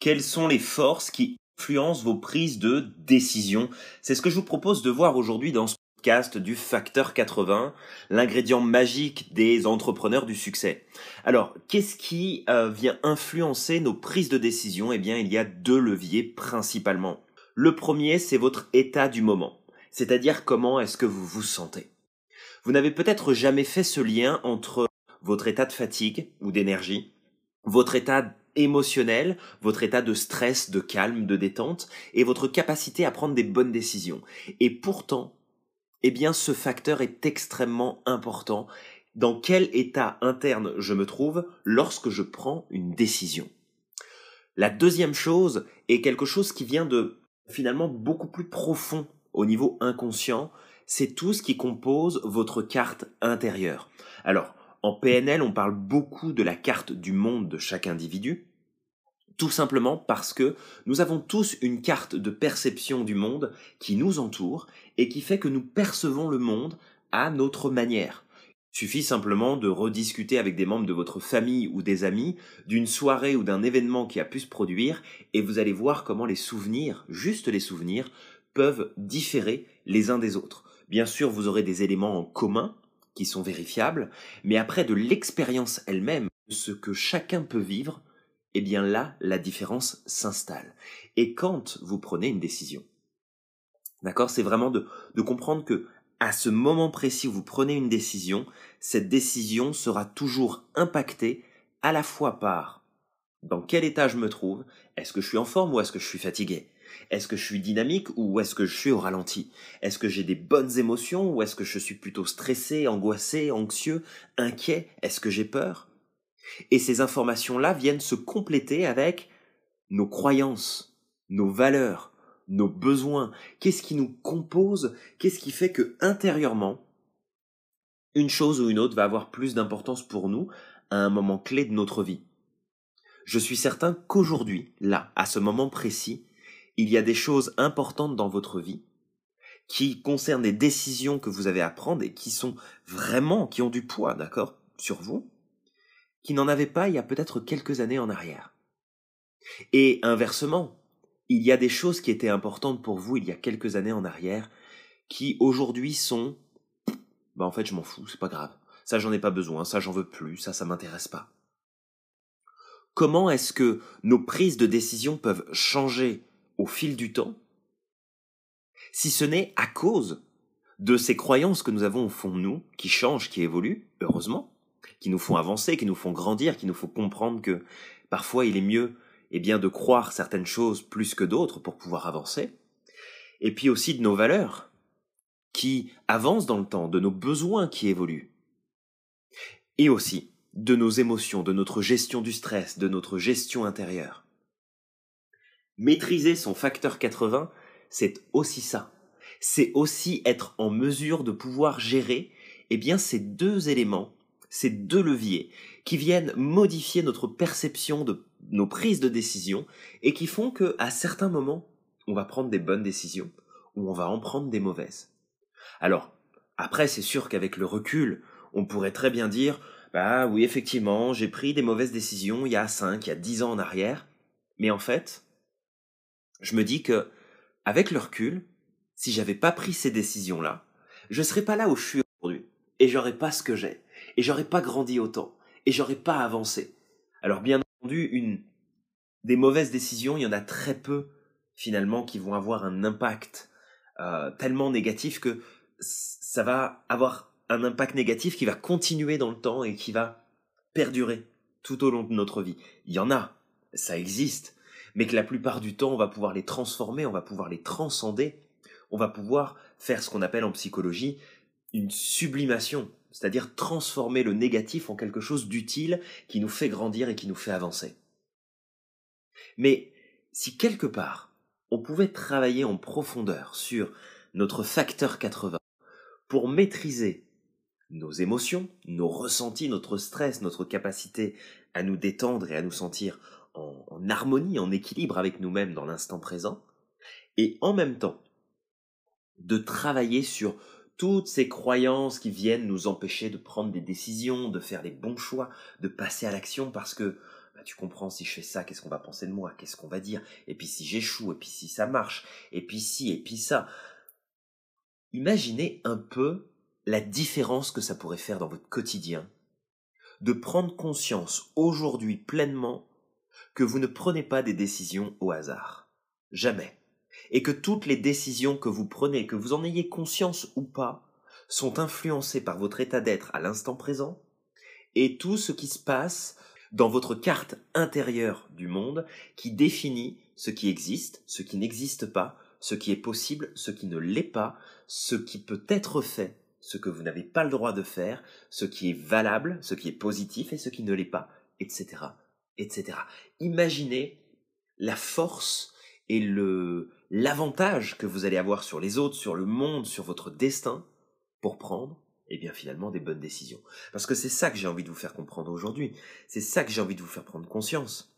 Quelles sont les forces qui influencent vos prises de décision? C'est ce que je vous propose de voir aujourd'hui dans ce podcast du Facteur 80, l'ingrédient magique des entrepreneurs du succès. Alors, qu'est-ce qui vient influencer nos prises de décision? Eh bien, il y a deux leviers principalement. Le premier, c'est votre état du moment, c'est-à-dire comment est-ce que vous vous sentez. Vous n'avez peut-être jamais fait ce lien entre votre état de fatigue ou d'énergie, votre état émotionnel, votre état de stress, de calme, de détente, et votre capacité à prendre des bonnes décisions. Et pourtant, eh bien, ce facteur est extrêmement important. Dans quel état interne je me trouve lorsque je prends une décision? La deuxième chose est quelque chose qui vient de finalement beaucoup plus profond au niveau inconscient, c'est tout ce qui compose votre carte intérieure. Alors, en PNL, on parle beaucoup de la carte du monde de chaque individu, tout simplement parce que nous avons tous une carte de perception du monde qui nous entoure et qui fait que nous percevons le monde à notre manière. Il suffit simplement de rediscuter avec des membres de votre famille ou des amis d'une soirée ou d'un événement qui a pu se produire et vous allez voir comment les souvenirs, juste les souvenirs, peuvent différer les uns des autres. Bien sûr, vous aurez des éléments en commun qui sont vérifiables, mais après de l'expérience elle-même, ce que chacun peut vivre, eh bien là, la différence s'installe. Et quand vous prenez une décision, d'accord, c'est vraiment de comprendre que à ce moment précis où vous prenez une décision, cette décision sera toujours impactée à la fois par dans quel état je me trouve, est-ce que je suis en forme ou est-ce que je suis fatigué? Est-ce que je suis dynamique ou est-ce que je suis au ralenti? Est-ce que j'ai des bonnes émotions ou est-ce que je suis plutôt stressé, angoissé, anxieux, inquiet? Est-ce que j'ai peur? Et ces informations-là viennent se compléter avec nos croyances, nos valeurs, nos besoins. Qu'est-ce qui nous compose? Qu'est-ce qui fait que intérieurement, une chose ou une autre va avoir plus d'importance pour nous à un moment clé de notre vie? Je suis certain qu'aujourd'hui, là, à ce moment précis, il y a des choses importantes dans votre vie qui concernent des décisions que vous avez à prendre et qui sont vraiment, qui ont du poids, d'accord, sur vous, qui n'en avaient pas il y a peut-être quelques années en arrière. Et inversement, il y a des choses qui étaient importantes pour vous il y a quelques années en arrière qui aujourd'hui sont en fait je m'en fous, c'est pas grave. Ça j'en ai pas besoin, ça j'en veux plus, ça m'intéresse pas. Comment est-ce que nos prises de décision peuvent changer au fil du temps si ce n'est à cause de ces croyances que nous avons au fond de nous, qui changent, qui évoluent, heureusement, qui nous font avancer, qui nous font grandir, qui nous font comprendre que parfois il est mieux de croire certaines choses plus que d'autres pour pouvoir avancer, et puis aussi de nos valeurs qui avancent dans le temps, de nos besoins qui évoluent, et aussi de nos émotions, de notre gestion du stress, de notre gestion intérieure. Maîtriser son facteur 80, c'est aussi ça. C'est aussi être en mesure de pouvoir gérer ces deux éléments, ces deux leviers qui viennent modifier notre perception de nos prises de décision et qui font que à certains moments, on va prendre des bonnes décisions ou on va en prendre des mauvaises. Alors, après, c'est sûr qu'avec le recul, on pourrait très bien dire bah oui, effectivement, j'ai pris des mauvaises décisions il y a 5, il y a 10 ans en arrière, mais en fait, je me dis que avec le recul, si j'avais pas pris ces décisions-là, je serais pas là où je suis aujourd'hui et j'aurais pas ce que j'ai et j'aurais pas grandi autant et j'aurais pas avancé. Alors bien entendu, des mauvaises décisions, il y en a très peu finalement qui vont avoir un impact tellement négatif que ça va avoir un impact négatif qui va continuer dans le temps et qui va perdurer tout au long de notre vie. Il y en a, ça existe, mais que la plupart du temps, on va pouvoir les transformer, on va pouvoir les transcender, on va pouvoir faire ce qu'on appelle en psychologie une sublimation, c'est-à-dire transformer le négatif en quelque chose d'utile qui nous fait grandir et qui nous fait avancer. Mais si quelque part, on pouvait travailler en profondeur sur notre facteur 80 pour maîtriser nos émotions, nos ressentis, notre stress, notre capacité à nous détendre et à nous sentir en harmonie, en équilibre avec nous-mêmes dans l'instant présent, et en même temps de travailler sur toutes ces croyances qui viennent nous empêcher de prendre des décisions, de faire les bons choix, de passer à l'action parce que bah, tu comprends, si je fais ça, qu'est-ce qu'on va penser de moi? Qu'est-ce qu'on va dire? Et puis si j'échoue, et puis si ça marche, et puis si, et puis ça. Imaginez un peu la différence que ça pourrait faire dans votre quotidien de prendre conscience aujourd'hui pleinement que vous ne prenez pas des décisions au hasard. Jamais. Et que toutes les décisions que vous prenez, que vous en ayez conscience ou pas, sont influencées par votre état d'être à l'instant présent et tout ce qui se passe dans votre carte intérieure du monde qui définit ce qui existe, ce qui n'existe pas, ce qui est possible, ce qui ne l'est pas, ce qui peut être fait, ce que vous n'avez pas le droit de faire, ce qui est valable, ce qui est positif et ce qui ne l'est pas, etc., etc. Imaginez la force et l'avantage que vous allez avoir sur les autres, sur le monde, sur votre destin pour prendre et bien finalement des bonnes décisions. Parce que c'est ça que j'ai envie de vous faire comprendre aujourd'hui. C'est ça que j'ai envie de vous faire prendre conscience.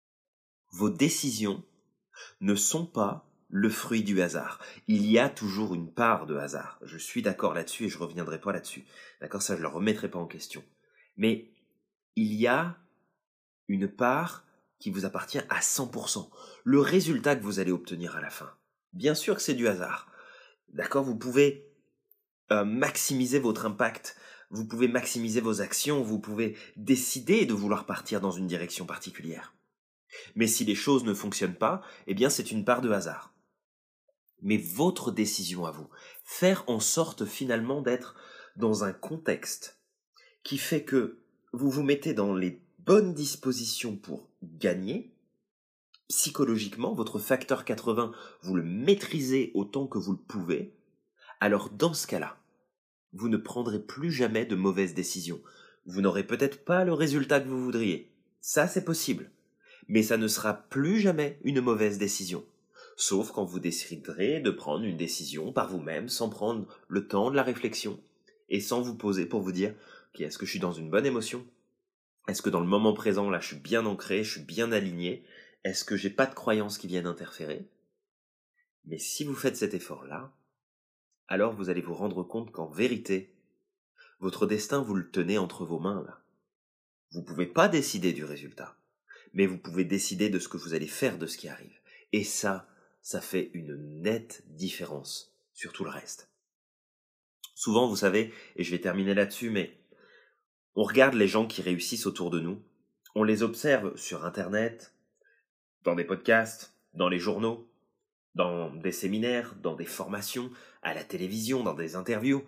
Vos décisions ne sont pas le fruit du hasard. Il y a toujours une part de hasard. Je suis d'accord là-dessus et je reviendrai pas là-dessus. D'accord, ça je le remettrai pas en question. Mais il y a une part qui vous appartient à 100%. Le résultat que vous allez obtenir à la fin. Bien sûr que c'est du hasard. D'accord, vous pouvez maximiser votre impact, vous pouvez maximiser vos actions, vous pouvez décider de vouloir partir dans une direction particulière. Mais si les choses ne fonctionnent pas, eh bien c'est une part de hasard. Mais votre décision à vous, faire en sorte finalement d'être dans un contexte qui fait que vous vous mettez dans les bonnes dispositions pour gagner, psychologiquement, votre facteur 80, vous le maîtrisez autant que vous le pouvez, alors dans ce cas-là, vous ne prendrez plus jamais de mauvaises décisions. Vous n'aurez peut-être pas le résultat que vous voudriez. Ça, c'est possible. Mais ça ne sera plus jamais une mauvaise décision. Sauf quand vous déciderez de prendre une décision par vous-même, sans prendre le temps de la réflexion, et sans vous poser pour vous dire, ok, est-ce que je suis dans une bonne émotion? Est-ce que dans le moment présent, là, je suis bien ancré, je suis bien aligné? Est-ce que j'ai pas de croyances qui viennent interférer? Mais si vous faites cet effort-là, alors vous allez vous rendre compte qu'en vérité, votre destin, vous le tenez entre vos mains, là. Vous pouvez pas décider du résultat, mais vous pouvez décider de ce que vous allez faire de ce qui arrive. Et ça fait une nette différence sur tout le reste. Souvent, vous savez, et je vais terminer là-dessus, mais on regarde les gens qui réussissent autour de nous, on les observe sur Internet, dans des podcasts, dans les journaux, dans des séminaires, dans des formations, à la télévision, dans des interviews.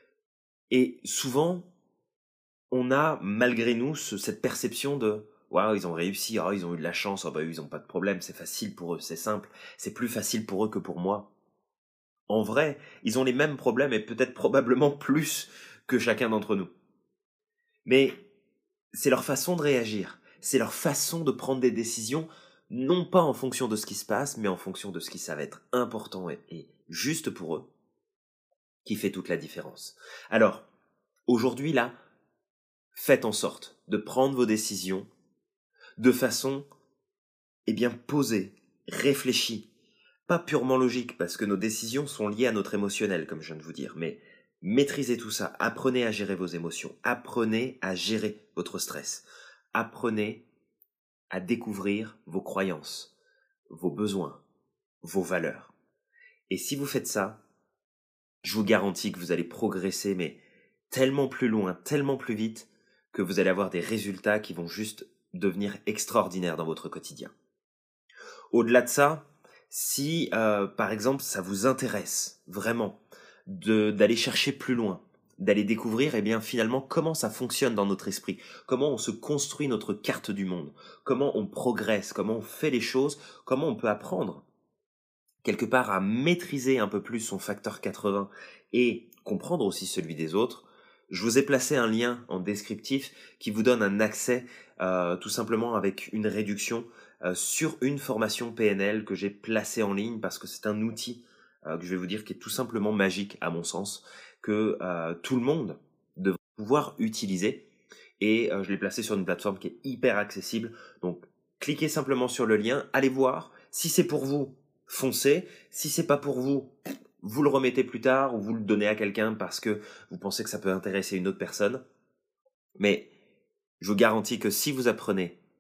Et souvent, on a malgré nous cette perception de waouh, ils ont réussi, oh, ils ont eu de la chance, oh, bah, ils ont pas de problème, c'est facile pour eux, c'est simple, c'est plus facile pour eux que pour moi. En vrai, ils ont les mêmes problèmes et peut-être probablement plus que chacun d'entre nous. Mais c'est leur façon de réagir, c'est leur façon de prendre des décisions, non pas en fonction de ce qui se passe, mais en fonction de ce qui ça va être important et juste pour eux, qui fait toute la différence. Alors, aujourd'hui là, faites en sorte de prendre vos décisions de façon, bien posée, réfléchie, pas purement logique, parce que nos décisions sont liées à notre émotionnel, comme je viens de vous dire, mais maîtrisez tout ça, apprenez à gérer vos émotions, apprenez à gérer votre stress, apprenez à découvrir vos croyances, vos besoins, vos valeurs. Et si vous faites ça, je vous garantis que vous allez progresser, mais tellement plus loin, tellement plus vite, que vous allez avoir des résultats qui vont juste devenir extraordinaires dans votre quotidien. Au-delà de ça, si par exemple ça vous intéresse vraiment d'aller chercher plus loin, d'aller découvrir finalement comment ça fonctionne dans notre esprit, comment on se construit notre carte du monde, comment on progresse, comment on fait les choses, comment on peut apprendre quelque part à maîtriser un peu plus son facteur 80 et comprendre aussi celui des autres, je vous ai placé un lien en descriptif qui vous donne un accès tout simplement avec une réduction sur une formation PNL que j'ai placée en ligne parce que c'est un outil que je vais vous dire qui est tout simplement magique à mon sens, que tout le monde devrait pouvoir utiliser et je l'ai placé sur une plateforme qui est hyper accessible. Donc cliquez simplement sur le lien, allez voir, si c'est pour vous, foncez, si c'est pas pour vous, vous le remettez plus tard ou vous le donnez à quelqu'un parce que vous pensez que ça peut intéresser une autre personne. Mais je vous garantis que si vous apprenez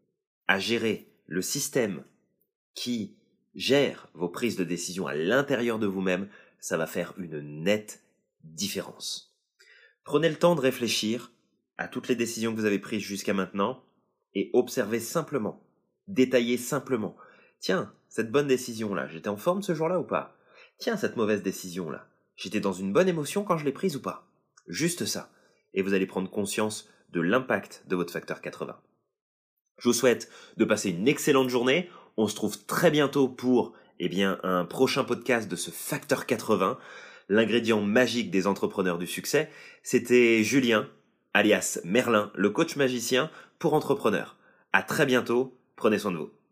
à gérer le système qui gère vos prises de décision à l'intérieur de vous-même, ça va faire une nette différence. Prenez le temps de réfléchir à toutes les décisions que vous avez prises jusqu'à maintenant et observez simplement, détaillez simplement. Tiens, cette bonne décision-là, j'étais en forme ce jour-là ou pas? Tiens, cette mauvaise décision-là, j'étais dans une bonne émotion quand je l'ai prise ou pas? Juste ça. Et vous allez prendre conscience de l'impact de votre facteur 80. Je vous souhaite de passer une excellente journée. On se trouve très bientôt pour un prochain podcast de ce facteur 80, l'ingrédient magique des entrepreneurs du succès. C'était Julien, alias Merlin, le coach magicien pour entrepreneurs. À très bientôt, prenez soin de vous.